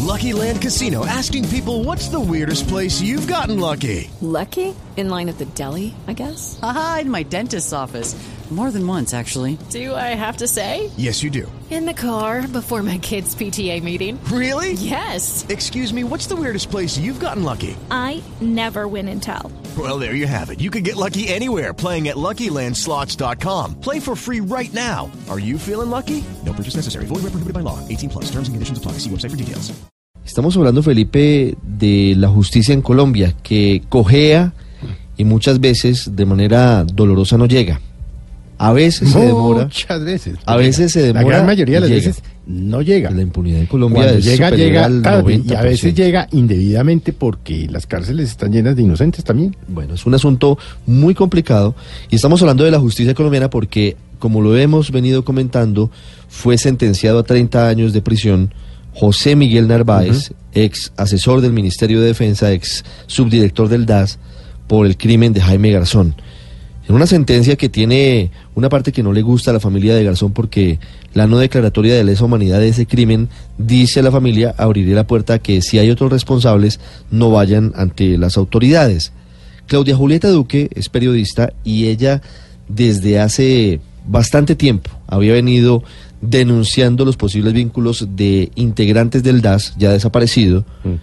Lucky Land Casino, asking people, what's the weirdest place you've gotten lucky? Lucky? In line at the deli, I guess? Aha, in my dentist's office. More than once, actually. Do I have to say? Yes, you do. In the car before my kids' PTA meeting. Really? Yes. Excuse me, what's the weirdest place you've gotten lucky? I never win and tell. Well, there you have it. You can get lucky anywhere, playing at LuckyLandSlots.com. Play for free right now. Are you feeling lucky? No purchase necessary. Void where prohibited by law. 18+. Terms and conditions apply. See website for details. Estamos hablando, Felipe, de la justicia en Colombia, que cojea y muchas veces de manera dolorosa no llega. A veces se demora. Muchas veces. A veces se demora. La gran mayoría de las llega. veces no llega. La impunidad en Colombia Cuando es llega al tarde 90%. y a veces llega indebidamente porque las cárceles están llenas de inocentes también. Bueno, es un asunto muy complicado y estamos hablando de la justicia colombiana porque, como lo hemos venido comentando, fue sentenciado a 30 años de prisión José Miguel Narváez, ex asesor del Ministerio de Defensa, ex subdirector del DAS, por el crimen de Jaime Garzón. En una sentencia que tiene una parte que no le gusta a la familia de Garzón porque la no declaratoria de lesa humanidad de ese crimen dice a la familia abriré la puerta a que si hay otros responsables no vayan ante las autoridades. Claudia Julieta Duque es periodista y ella desde hace bastante tiempo había venido denunciando los posibles vínculos de integrantes del DAS ya desaparecido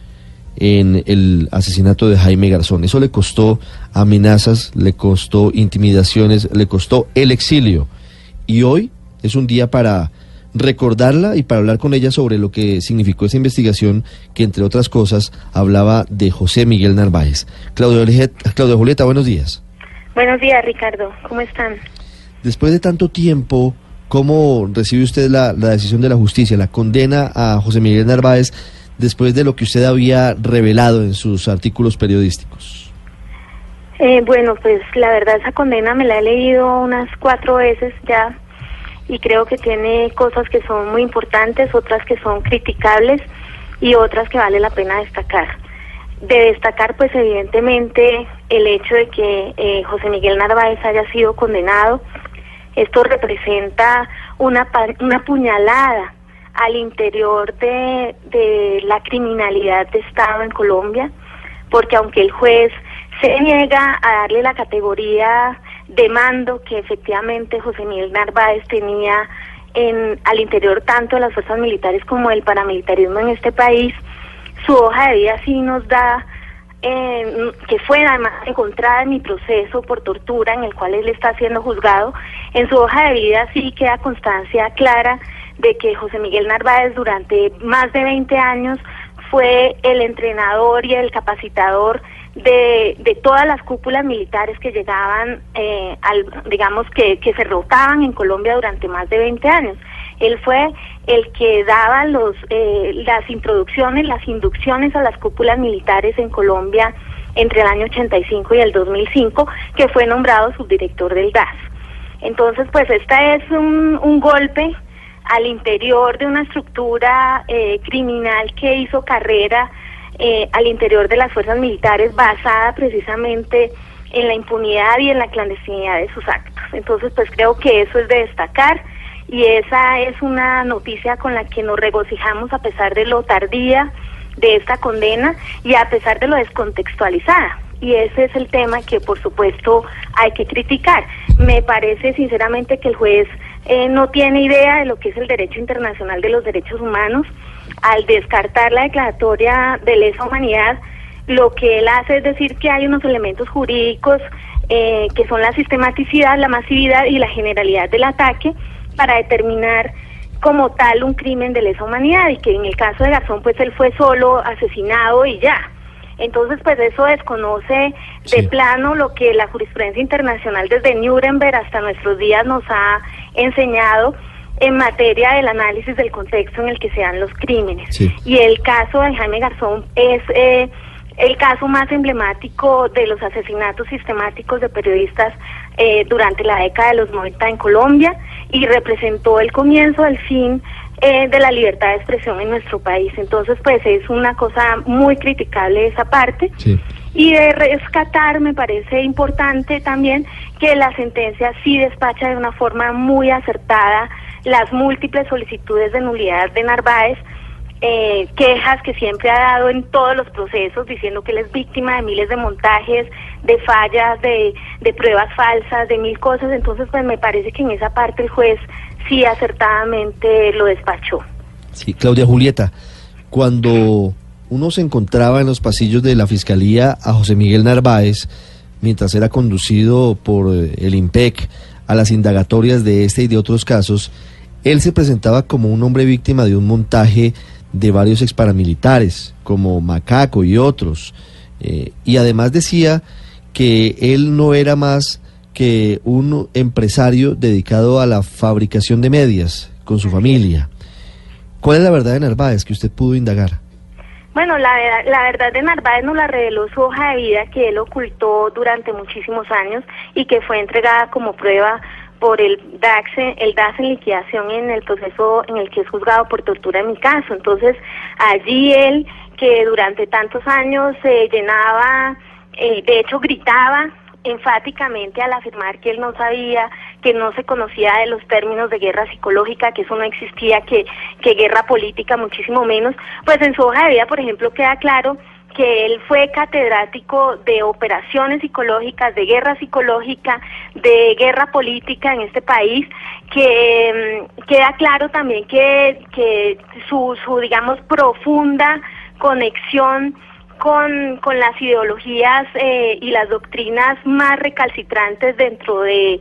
en el asesinato de Jaime Garzón. Eso le costó amenazas, le costó intimidaciones, le costó el exilio. Y hoy es un día para recordarla y para hablar con ella sobre lo que significó esa investigación que, entre otras cosas, hablaba de José Miguel Narváez. Claudia Julieta, buenos días. Buenos días, Ricardo. ¿Cómo están? Después de tanto tiempo, ¿cómo recibe usted la decisión de la justicia, la condena a José Miguel Narváez, después de lo que usted había revelado en sus artículos periodísticos? Bueno, pues la verdad esa condena me la he leído unas 4 veces ya y creo que tiene cosas que son muy importantes, otras que son criticables y otras que vale la pena destacar. De destacar, pues evidentemente el hecho de que José Miguel Narváez haya sido condenado. Esto representa una puñalada al interior de la criminalidad de Estado en Colombia, porque aunque el juez se niega a darle la categoría de mando que efectivamente José Miguel Narváez tenía al interior tanto de las fuerzas militares como del paramilitarismo en este país, su hoja de vida sí nos da, que fue además encontrada en mi proceso por tortura en el cual él está siendo juzgado. En su hoja de vida sí queda constancia clara de que José Miguel Narváez durante más de 20 años fue el entrenador y el capacitador de todas las cúpulas militares que llegaban, digamos que se rotaban en Colombia durante más de 20 años. Él fue el que daba las introducciones, las inducciones a las cúpulas militares en Colombia entre el año 85 y el 2005, que fue nombrado subdirector del DAS. Entonces, pues esta es un golpe al interior de una estructura criminal que hizo carrera al interior de las fuerzas militares basada precisamente en la impunidad y en la clandestinidad de sus actos. Entonces, pues creo que eso es de destacar y esa es una noticia con la que nos regocijamos a pesar de lo tardía de esta condena y a pesar de lo descontextualizada. Y ese es el tema que, por supuesto, hay que criticar. Me parece sinceramente que el juez no tiene idea de lo que es el derecho internacional de los derechos humanos. Al descartar la declaratoria de lesa humanidad, lo que él hace es decir que hay unos elementos jurídicos que son la sistematicidad, la masividad y la generalidad del ataque para determinar como tal un crimen de lesa humanidad, y que en el caso de Garzón pues él fue solo asesinado y ya. Entonces, pues eso desconoce de plano lo que la jurisprudencia internacional desde Nuremberg hasta nuestros días nos ha enseñado en materia del análisis del contexto en el que se dan los crímenes. Sí. Y el caso de Jaime Garzón es el caso más emblemático de los asesinatos sistemáticos de periodistas durante la década de los 90 en Colombia, y representó el comienzo del fin de la libertad de expresión en nuestro país. Entonces, pues es una cosa muy criticable esa parte. Sí. Y de rescatar, me parece importante también que la sentencia sí despacha de una forma muy acertada las múltiples solicitudes de nulidad de Narváez, quejas que siempre ha dado en todos los procesos, diciendo que él es víctima de miles de montajes, de fallas, de pruebas falsas, de mil cosas. Entonces, pues me parece que en esa parte el juez sí acertadamente lo despachó. Sí, Claudia Julieta, cuando uno se encontraba en los pasillos de la Fiscalía a José Miguel Narváez, mientras era conducido por el IMPEC a las indagatorias de este y de otros casos, él se presentaba como un hombre víctima de un montaje de varios exparamilitares, como Macaco y otros, y además decía que él no era más que un empresario dedicado a la fabricación de medias con su familia. ¿Cuál es la verdad de Narváez que usted pudo indagar? Bueno, la verdad de Narváez nos la reveló su hoja de vida, que él ocultó durante muchísimos años y que fue entregada como prueba por el DAS en liquidación en el proceso en el que es juzgado por tortura en mi caso. Entonces, allí él, que durante tantos años se llenaba, de hecho gritaba enfáticamente al afirmar que él no sabía, que no se conocía de los términos de guerra psicológica, que eso no existía, que guerra política muchísimo menos, pues en su hoja de vida, por ejemplo, queda claro que él fue catedrático de operaciones psicológicas, de guerra psicológica, de guerra política en este país, que queda claro también que su digamos, profunda conexión con las ideologías y las doctrinas más recalcitrantes dentro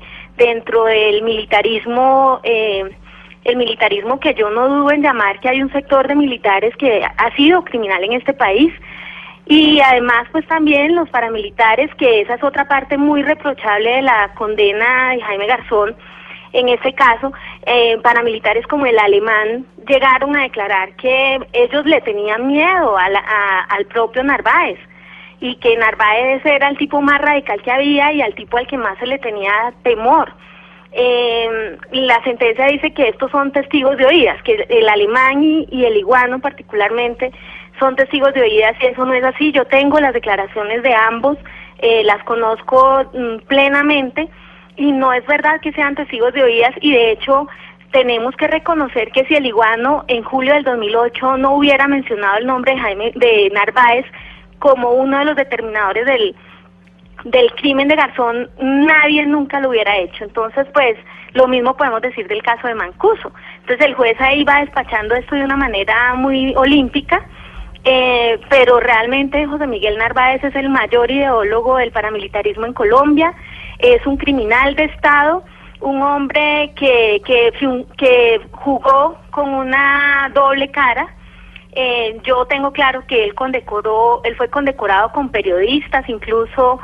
del militarismo, el militarismo que yo no dudo en llamar que hay un sector de militares que ha sido criminal en este país. Y además pues también los paramilitares, que esa es otra parte muy reprochable de la condena de Jaime Garzón. En este caso, paramilitares como el Alemán llegaron a declarar que ellos le tenían miedo al propio Narváez, y que Narváez era el tipo más radical que había y al tipo al que más se le tenía temor. La sentencia dice que estos son testigos de oídas, que el Alemán y el Iguano particularmente son testigos de oídas, y eso no es así. Yo tengo las declaraciones de ambos, las conozco plenamente, y no es verdad que sean testigos de oídas. Y de hecho tenemos que reconocer que si el Iguano en julio del 2008 no hubiera mencionado el nombre de Narváez como uno de los determinadores del crimen de Garzón, nadie nunca lo hubiera hecho. Entonces, pues, lo mismo podemos decir del caso de Mancuso. Entonces el juez ahí va despachando esto de una manera muy olímpica, pero realmente José Miguel Narváez es el mayor ideólogo del paramilitarismo en Colombia, es un criminal de Estado, un hombre que jugó con una doble cara. Yo tengo claro que él fue condecorado con periodistas, incluso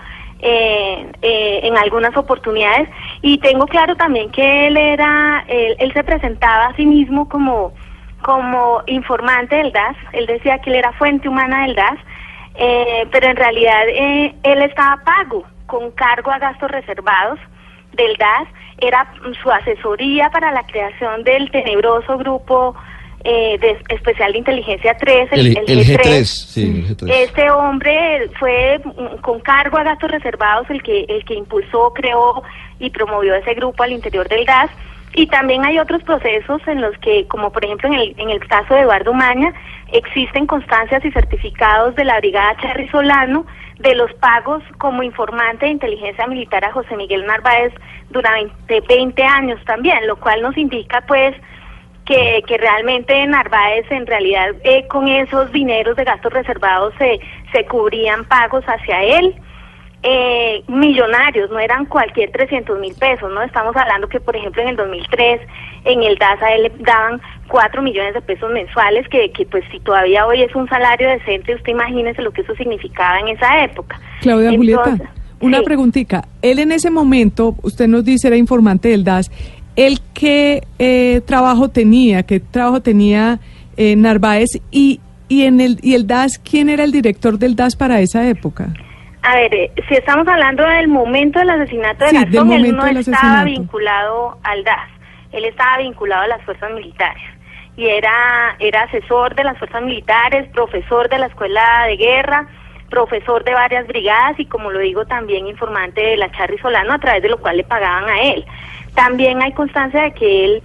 en algunas oportunidades, y tengo claro también que él se presentaba a sí mismo como informante del DAS. Él decía que él era fuente humana del DAS, pero en realidad él estaba pago con cargo a gastos reservados del DAS. Era su asesoría para la creación del tenebroso grupo especial de inteligencia 3, el G3. Sí, el G3. Este hombre fue con cargo a gastos reservados el que impulsó, creó y promovió ese grupo al interior del DAS. Y también hay otros procesos en los que, como por ejemplo en el caso de Eduardo Umaña, existen constancias y certificados de la Brigada Cherry Solano de los pagos como informante de inteligencia militar a José Miguel Narváez durante 20 años también, lo cual nos indica pues que realmente Narváez en realidad con esos dineros de gastos reservados se cubrían pagos hacia él, millonarios, no eran cualquier 300,000 pesos, ¿no? Estamos hablando que por ejemplo en el 2003 en el DAS a él le daban 4 millones de pesos mensuales, que pues si todavía hoy es un salario decente, usted imagínese lo que eso significaba en esa época. Claudia Julieta, una preguntita. Él en ese momento, usted nos dice, era informante del DAS. ¿Él qué trabajo tenía? ¿Qué trabajo tenía Narváez? Y el DAS, ¿quién era el director del DAS para esa época? A ver, si estamos hablando del momento del asesinato de Garzón, él no estaba vinculado al DAS, él estaba vinculado a las fuerzas militares y era asesor de las fuerzas militares, profesor de la escuela de guerra, profesor de varias brigadas y, como lo digo, también informante de la Cherry Solano, a través de lo cual le pagaban a él. También hay constancia de que él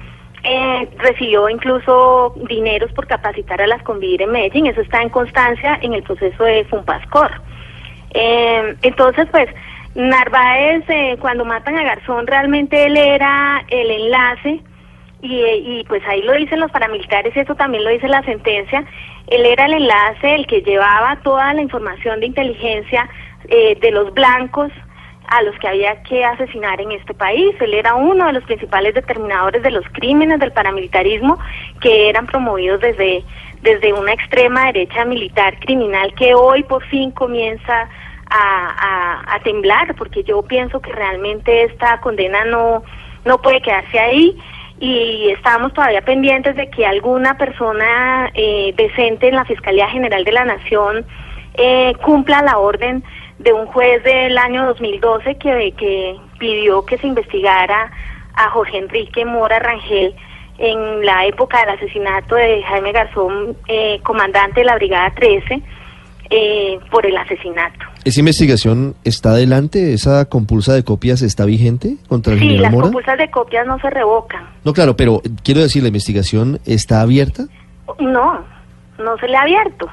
recibió incluso dineros por capacitar a las Convivir en Medellín. Eso está en constancia en el proceso de Funpascor. Entonces, pues, Narváez, cuando matan a Garzón, realmente él era el enlace, y pues ahí lo dicen los paramilitares, y eso también lo dice la sentencia. Él era el enlace, el que llevaba toda la información de inteligencia de los blancos a los que había que asesinar en este país. Él era uno de los principales determinadores de los crímenes del paramilitarismo que eran promovidos desde una extrema derecha militar criminal que hoy por fin comienza a temblar, porque yo pienso que realmente esta condena no puede quedarse ahí, y estamos todavía pendientes de que alguna persona decente en la Fiscalía General de la Nación cumpla la orden de un juez del año 2012 que pidió que se investigara a Jorge Enrique Mora Rangel en la época del asesinato de Jaime Garzón, comandante de la Brigada 13, por el asesinato. ¿Esa investigación está adelante? ¿Esa compulsa de copias está vigente contra el general Mora? Sí, las compulsas de copias no se revocan. No, claro, pero quiero decir, ¿la investigación está abierta? No se le ha abierto.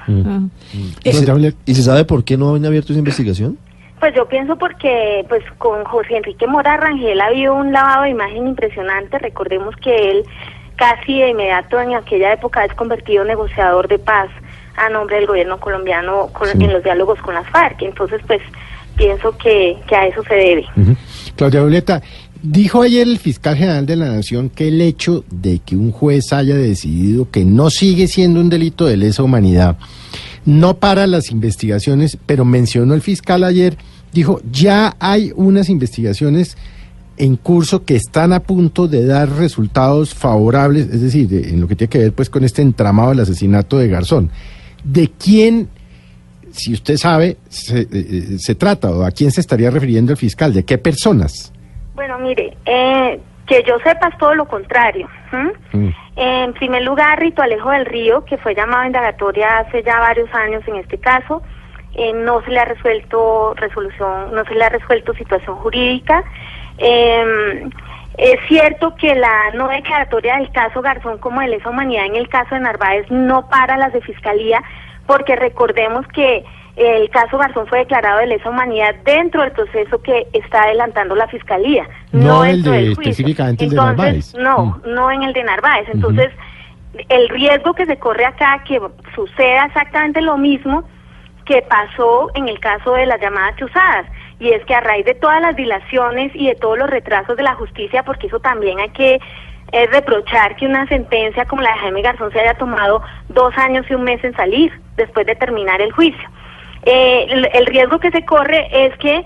¿Y se sabe por qué no han abierto esa investigación? Pues yo pienso porque pues con Jorge Enrique Mora Rangel ha habido un lavado de imagen impresionante. Recordemos que él casi de inmediato en aquella época es convertido en negociador de paz a nombre del gobierno colombiano en los diálogos con las FARC. Entonces, pues, pienso que a eso se debe. Claudia Violeta, dijo ayer el fiscal general de la Nación que el hecho de que un juez haya decidido que no sigue siendo un delito de lesa humanidad no para las investigaciones, pero mencionó el fiscal ayer, dijo, ya hay unas investigaciones en curso que están a punto de dar resultados favorables, es decir, en lo que tiene que ver pues con este entramado del asesinato de Garzón. ¿De quién, si usted sabe, se trata, o a quién se estaría refiriendo el fiscal? ¿De qué personas? Bueno, mire, que yo sepa es todo lo contrario. En primer lugar, Rito Alejo del Río, que fue llamado a indagatoria hace ya varios años en este caso, no se le ha resuelto no se le ha resuelto situación jurídica. Es cierto que la no declaratoria del caso Garzón como de lesa humanidad en el caso de Narváez no para las de Fiscalía, porque recordemos que el caso Garzón fue declarado de lesa humanidad dentro del proceso que está adelantando la Fiscalía, no dentro del juicio. Específicamente Entonces, el de Narváez. No en el de Narváez. Entonces, el riesgo que se corre acá, que suceda exactamente lo mismo que pasó en el caso de las llamadas chuzadas, y es que a raíz de todas las dilaciones y de todos los retrasos de la justicia, porque eso también hay que reprochar que una sentencia como la de Jaime Garzón se haya tomado 2 años y 1 mes en salir después de terminar el juicio. El riesgo que se corre es que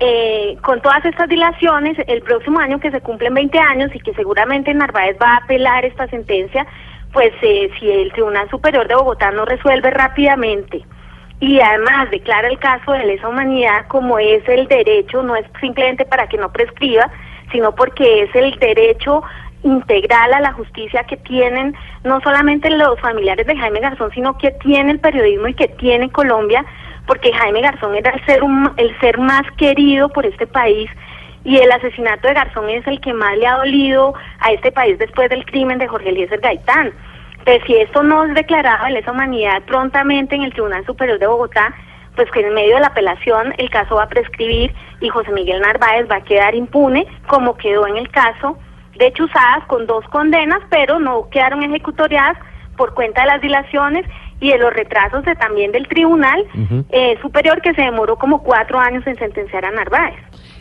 con todas estas dilaciones, el próximo año que se cumplen 20 años y que seguramente Narváez va a apelar esta sentencia, pues si el Tribunal Superior de Bogotá no resuelve rápidamente y además declara el caso de lesa humanidad como es el derecho, no es simplemente para que no prescriba, sino porque es el derecho integral a la justicia que tienen no solamente los familiares de Jaime Garzón, sino que tiene el periodismo y que tiene Colombia, porque Jaime Garzón era el ser más querido por este país, y el asesinato de Garzón es el que más le ha dolido a este país después del crimen de Jorge Eliezer Gaitán. Entonces, si esto no es declarado de lesa humanidad prontamente en el Tribunal Superior de Bogotá, pues que en medio de la apelación el caso va a prescribir y José Miguel Narváez va a quedar impune, como quedó en el caso de Chuzadas, con 2 condenas, pero no quedaron ejecutoriadas por cuenta de las dilaciones y de los retrasos también del Tribunal Superior, que se demoró como 4 años en sentenciar a Narváez.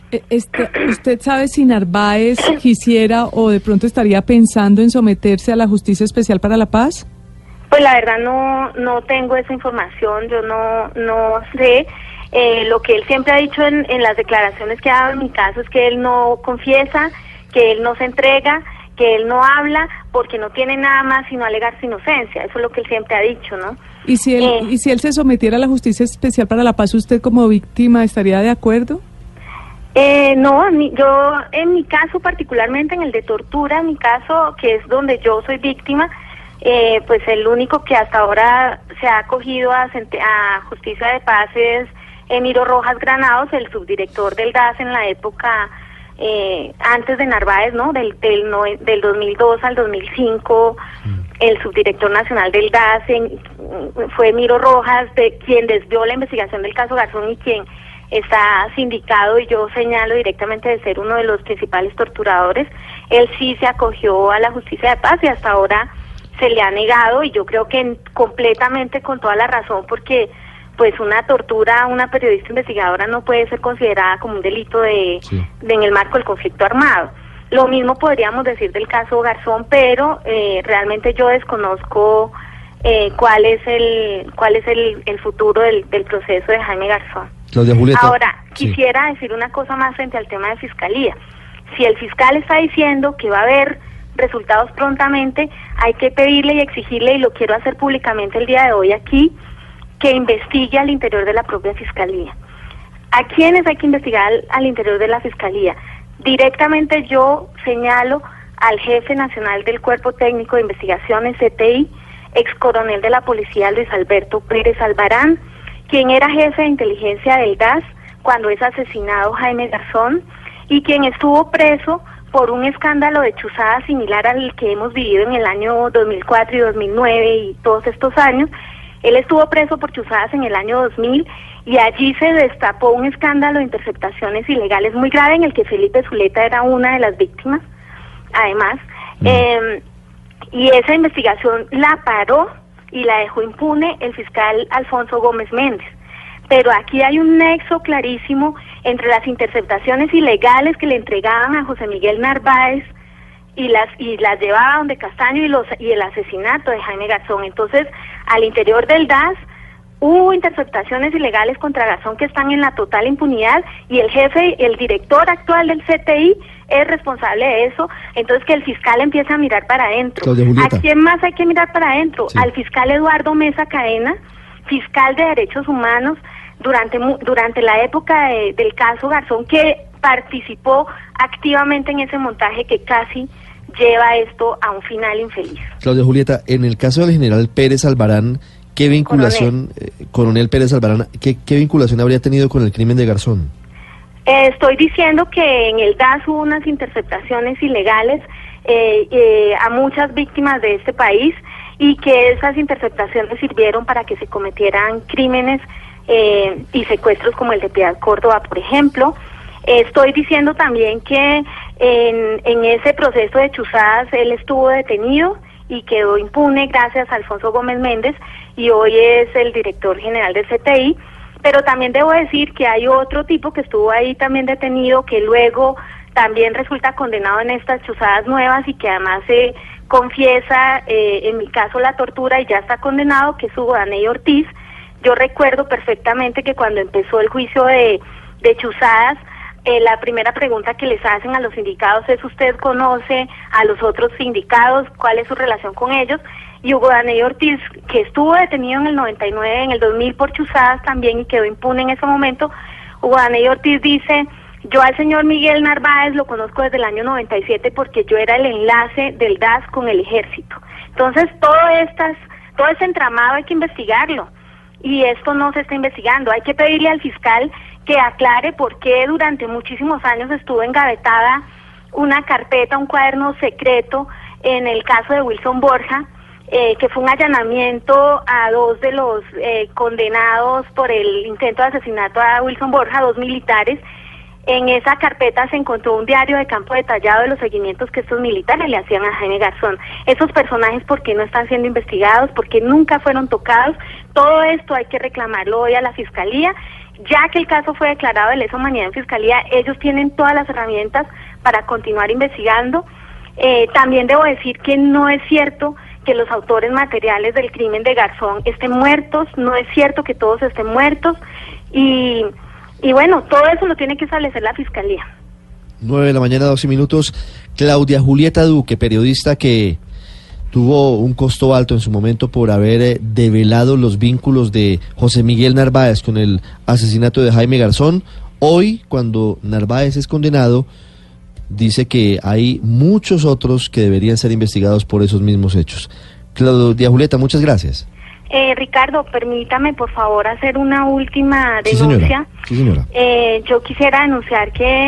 ¿Usted sabe si Narváez quisiera o de pronto estaría pensando en someterse a la Justicia Especial para la Paz? Pues la verdad no tengo esa información, yo no sé. Lo que él siempre ha dicho en las declaraciones que ha dado en mi caso es que él no confiesa, que él no se entrega, que él no habla porque no tiene nada más sino alegar su inocencia. Eso es lo que él siempre ha dicho, ¿no? ¿Y si él se sometiera a la Justicia Especial para la Paz, usted como víctima estaría de acuerdo? No, yo en mi caso, particularmente en el de tortura, en mi caso, que es donde yo soy víctima, pues el único que hasta ahora se ha acogido a Justicia de Paz es Emiro Rojas Granados, el subdirector del DAS en la época antes de Narváez, ¿no? Del 2002 al 2005, el subdirector nacional del DAS fue Miro Rojas, quien desvió la investigación del caso Garzón y quien está sindicado, y yo señalo directamente de ser uno de los principales torturadores. Él sí se acogió a la justicia de paz y hasta ahora se le ha negado, y yo creo que completamente con toda la razón, porque pues una tortura a una periodista investigadora no puede ser considerada como un delito en el marco del conflicto armado. Lo mismo podríamos decir del caso Garzón, pero realmente yo desconozco cuál es el futuro del proceso de Jaime Garzón. Claudia Julieta. Ahora, quisiera decir una cosa más frente al tema de fiscalía. Si el fiscal está diciendo que va a haber resultados prontamente, hay que pedirle y exigirle, y lo quiero hacer públicamente el día de hoy aquí, que investigue al interior de la propia fiscalía. ¿A quiénes hay que investigar al interior de la fiscalía? Directamente yo señalo al jefe nacional del Cuerpo Técnico de Investigaciones, CTI, ex coronel de la policía Luis Alberto Pérez Albarán, quien era jefe de inteligencia del DAS cuando es asesinado Jaime Garzón, y quien estuvo preso por un escándalo de chuzada similar al que hemos vivido en el año 2004 y 2009 y todos estos años. Él estuvo preso por chuzadas en el año 2000 y allí se destapó un escándalo de interceptaciones ilegales muy grave en el que Felipe Zuleta era una de las víctimas, además. Y esa investigación la paró y la dejó impune el fiscal Alfonso Gómez Méndez. Pero aquí hay un nexo clarísimo entre las interceptaciones ilegales que le entregaban a José Miguel Narváez y las llevaba donde Castaño y el asesinato de Jaime Garzón. Entonces, al interior del DAS hubo interceptaciones ilegales contra Garzón que están en la total impunidad, y el jefe, el director actual del CTI es responsable de eso. Entonces, que el fiscal empiece a mirar para adentro. ¿A quién más hay que mirar para adentro? Sí. Al fiscal Eduardo Mesa Cadena, fiscal de Derechos Humanos durante la época del caso Garzón, que participó activamente en ese montaje que casi lleva esto a un final infeliz. Claudia Julieta, en el caso del general Pérez Albarán, ¿qué vinculación, coronel Pérez Albarán, qué vinculación habría tenido con el crimen de Garzón? Estoy diciendo que en el DAS hubo unas interceptaciones ilegales a muchas víctimas de este país, y que esas interceptaciones sirvieron para que se cometieran crímenes y secuestros como el de Piedad Córdoba, por ejemplo. Estoy diciendo también que en ese proceso de chuzadas él estuvo detenido y quedó impune gracias a Alfonso Gómez Méndez, y hoy es el director general del CTI. Pero también debo decir que hay otro tipo que estuvo ahí también detenido, que luego también resulta condenado en estas chuzadas nuevas, y que además se confiesa, en mi caso, la tortura, y ya está condenado, que es Hugo Daney Ortiz. Yo recuerdo perfectamente que cuando empezó el juicio de chuzadas, la primera pregunta que les hacen a los sindicados es: ¿usted conoce a los otros sindicados? ¿Cuál es su relación con ellos? Y Hugo Daney Ortiz, que estuvo detenido en el 99, en el 2000 por chuzadas también, y quedó impune en ese momento, Hugo Daney Ortiz dice: yo al señor Miguel Narváez lo conozco desde el año 97 porque yo era el enlace del DAS con el ejército. Entonces todo ese entramado hay que investigarlo, y esto no se está investigando. Hay que pedirle al fiscal que aclare por qué durante muchísimos años estuvo engavetada una carpeta, un cuaderno secreto en el caso de Wilson Borja, que fue un allanamiento a dos de los condenados por el intento de asesinato a Wilson Borja, 2 militares. En esa carpeta se encontró un diario de campo detallado de los seguimientos que estos militares le hacían a Jaime Garzón. Esos personajes, ¿por qué no están siendo investigados? ¿Por qué nunca fueron tocados? Todo esto hay que reclamarlo hoy a la Fiscalía. Ya que el caso fue declarado de lesa humanidad en Fiscalía, ellos tienen todas las herramientas para continuar investigando. También debo decir que no es cierto que los autores materiales del crimen de Garzón estén muertos, no es cierto que todos estén muertos, y bueno, todo eso lo tiene que establecer la Fiscalía. 9 de la mañana, 12 minutos. Claudia Julieta Duque, periodista que tuvo un costo alto en su momento por haber develado los vínculos de José Miguel Narváez con el asesinato de Jaime Garzón. Hoy, cuando Narváez es condenado, dice que hay muchos otros que deberían ser investigados por esos mismos hechos. Claudia Julieta, muchas gracias. Ricardo, permítame por favor hacer una última denuncia. Sí, señora. Yo quisiera denunciar que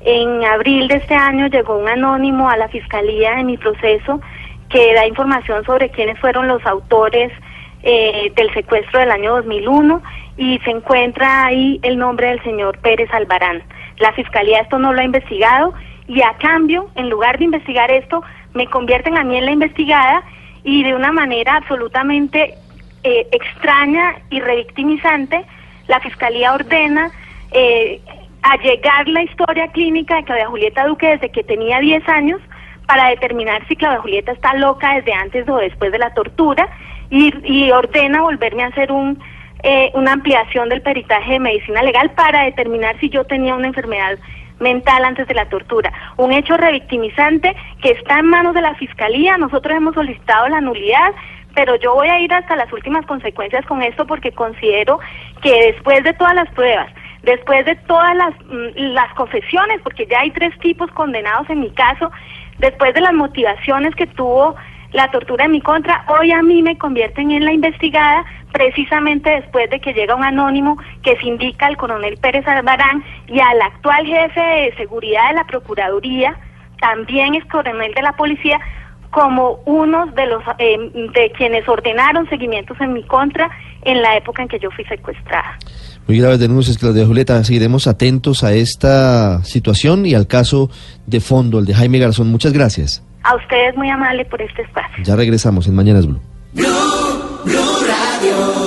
En abril de este año llegó un anónimo a la Fiscalía en mi proceso que da información sobre quiénes fueron los autores del secuestro del año 2001 y se encuentra ahí el nombre del señor Pérez Albarán. La Fiscalía esto no lo ha investigado y a cambio, en lugar de investigar esto, me convierten a mí en la investigada y de una manera absolutamente extraña y revictimizante, la Fiscalía ordena allegar la historia clínica de Claudia Julieta Duque desde que tenía 10 años para determinar si Claudia Julieta está loca desde antes o después de la tortura y ordena volverme a hacer una ampliación del peritaje de medicina legal para determinar si yo tenía una enfermedad mental antes de la tortura. Un hecho revictimizante que está en manos de la Fiscalía. Nosotros hemos solicitado la nulidad, pero yo voy a ir hasta las últimas consecuencias con esto porque considero que después de todas las pruebas, después de todas las confesiones, porque ya hay 3 tipos condenados en mi caso, después de las motivaciones que tuvo la tortura en mi contra, hoy a mí me convierten en la investigada precisamente después de que llega un anónimo que se indica al coronel Pérez Albarán y al actual jefe de seguridad de la Procuraduría, también es coronel de la policía, como unos de los de quienes ordenaron seguimientos en mi contra en la época en que yo fui secuestrada. Muy graves denuncias, Claudia Julieta. Seguiremos atentos a esta situación y al caso de fondo, el de Jaime Garzón. Muchas gracias. A ustedes muy amable por este espacio. Ya regresamos en Mañanas Blue. Blue Radio.